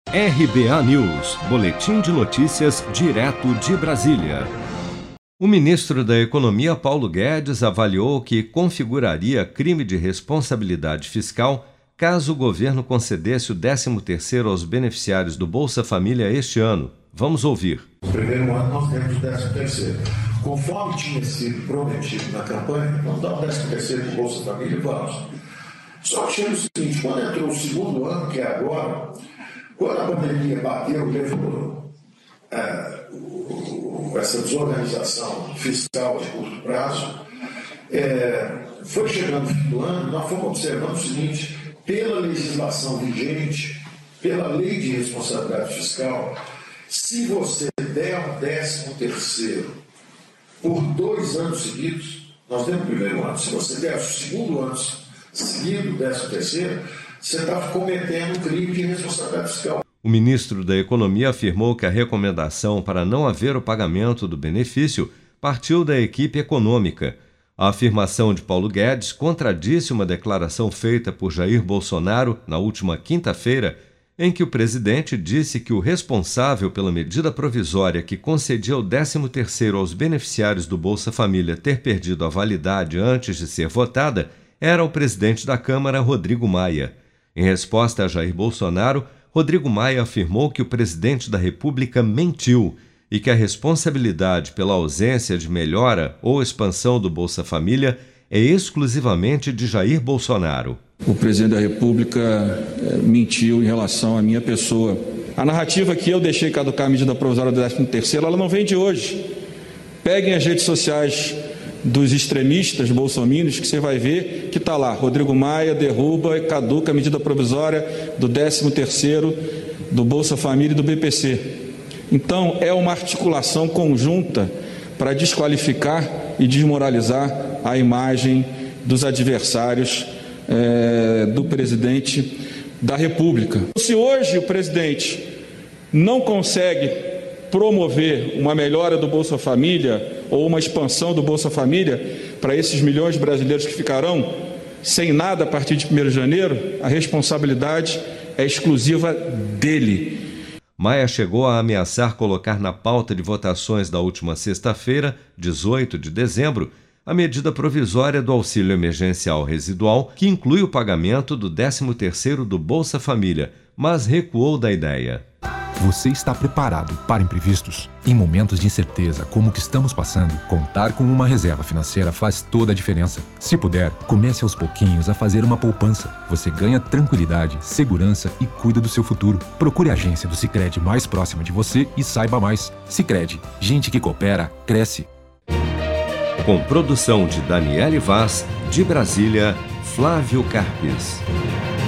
RBA News, boletim de notícias direto de Brasília. O ministro da Economia, Paulo Guedes, avaliou que configuraria crime de responsabilidade fiscal caso o governo concedesse o 13º aos beneficiários do Bolsa Família este ano. Vamos ouvir. No primeiro ano nós temos o 13º. Conforme tinha sido prometido na campanha, vamos dar o 13º para o Bolsa Família e vamos. Só que chega o seguinte, quando entrou o segundo ano, que é agora, quando a pandemia bateu, levou essa desorganização fiscal de curto prazo, foi chegando o fim do ano, nós fomos observando o seguinte, pela legislação vigente, pela lei de responsabilidade fiscal, se você der um 13º por 2 anos seguidos, nós temos o primeiro ano, se você der o segundo ano seguido, 13º, você está cometendo um crime de responsabilidade fiscal. O ministro da Economia afirmou que a recomendação para não haver o pagamento do benefício partiu da equipe econômica. A afirmação de Paulo Guedes contradisse uma declaração feita por Jair Bolsonaro na última quinta-feira, em que o presidente disse que o responsável pela medida provisória que concedia o 13º aos beneficiários do Bolsa Família ter perdido a validade antes de ser votada era o presidente da Câmara, Rodrigo Maia. Em resposta a Jair Bolsonaro, Rodrigo Maia afirmou que o presidente da República mentiu e que a responsabilidade pela ausência de melhora ou expansão do Bolsa Família é exclusivamente de Jair Bolsonaro. O presidente da República mentiu em relação à minha pessoa. A narrativa que eu deixei caducar a medida provisória do 13º, ela não vem de hoje. Peguem as redes sociais dos extremistas bolsominions que você vai ver que está lá, Rodrigo Maia derruba e caduca a medida provisória do 13º do Bolsa Família e do BPC. Então é uma articulação conjunta para desqualificar e desmoralizar a imagem dos adversários do presidente da República. Se hoje o presidente não consegue promover uma melhora do Bolsa Família ou uma expansão do Bolsa Família para esses milhões de brasileiros que ficarão sem nada a partir de 1º de janeiro, a responsabilidade é exclusiva dele. Maia chegou a ameaçar colocar na pauta de votações da última sexta-feira, 18 de dezembro, a medida provisória do auxílio emergencial residual, que inclui o pagamento do 13º do Bolsa Família, mas recuou da ideia. Você está preparado para imprevistos? Em momentos de incerteza como o que estamos passando, contar com uma reserva financeira faz toda a diferença. Se puder, comece aos pouquinhos a fazer uma poupança. Você ganha tranquilidade, segurança e cuida do seu futuro. Procure a agência do Sicredi mais próxima de você e saiba mais. Sicredi, gente que coopera, cresce. Com produção de Daniele Vaz, de Brasília, Flávio Carpes.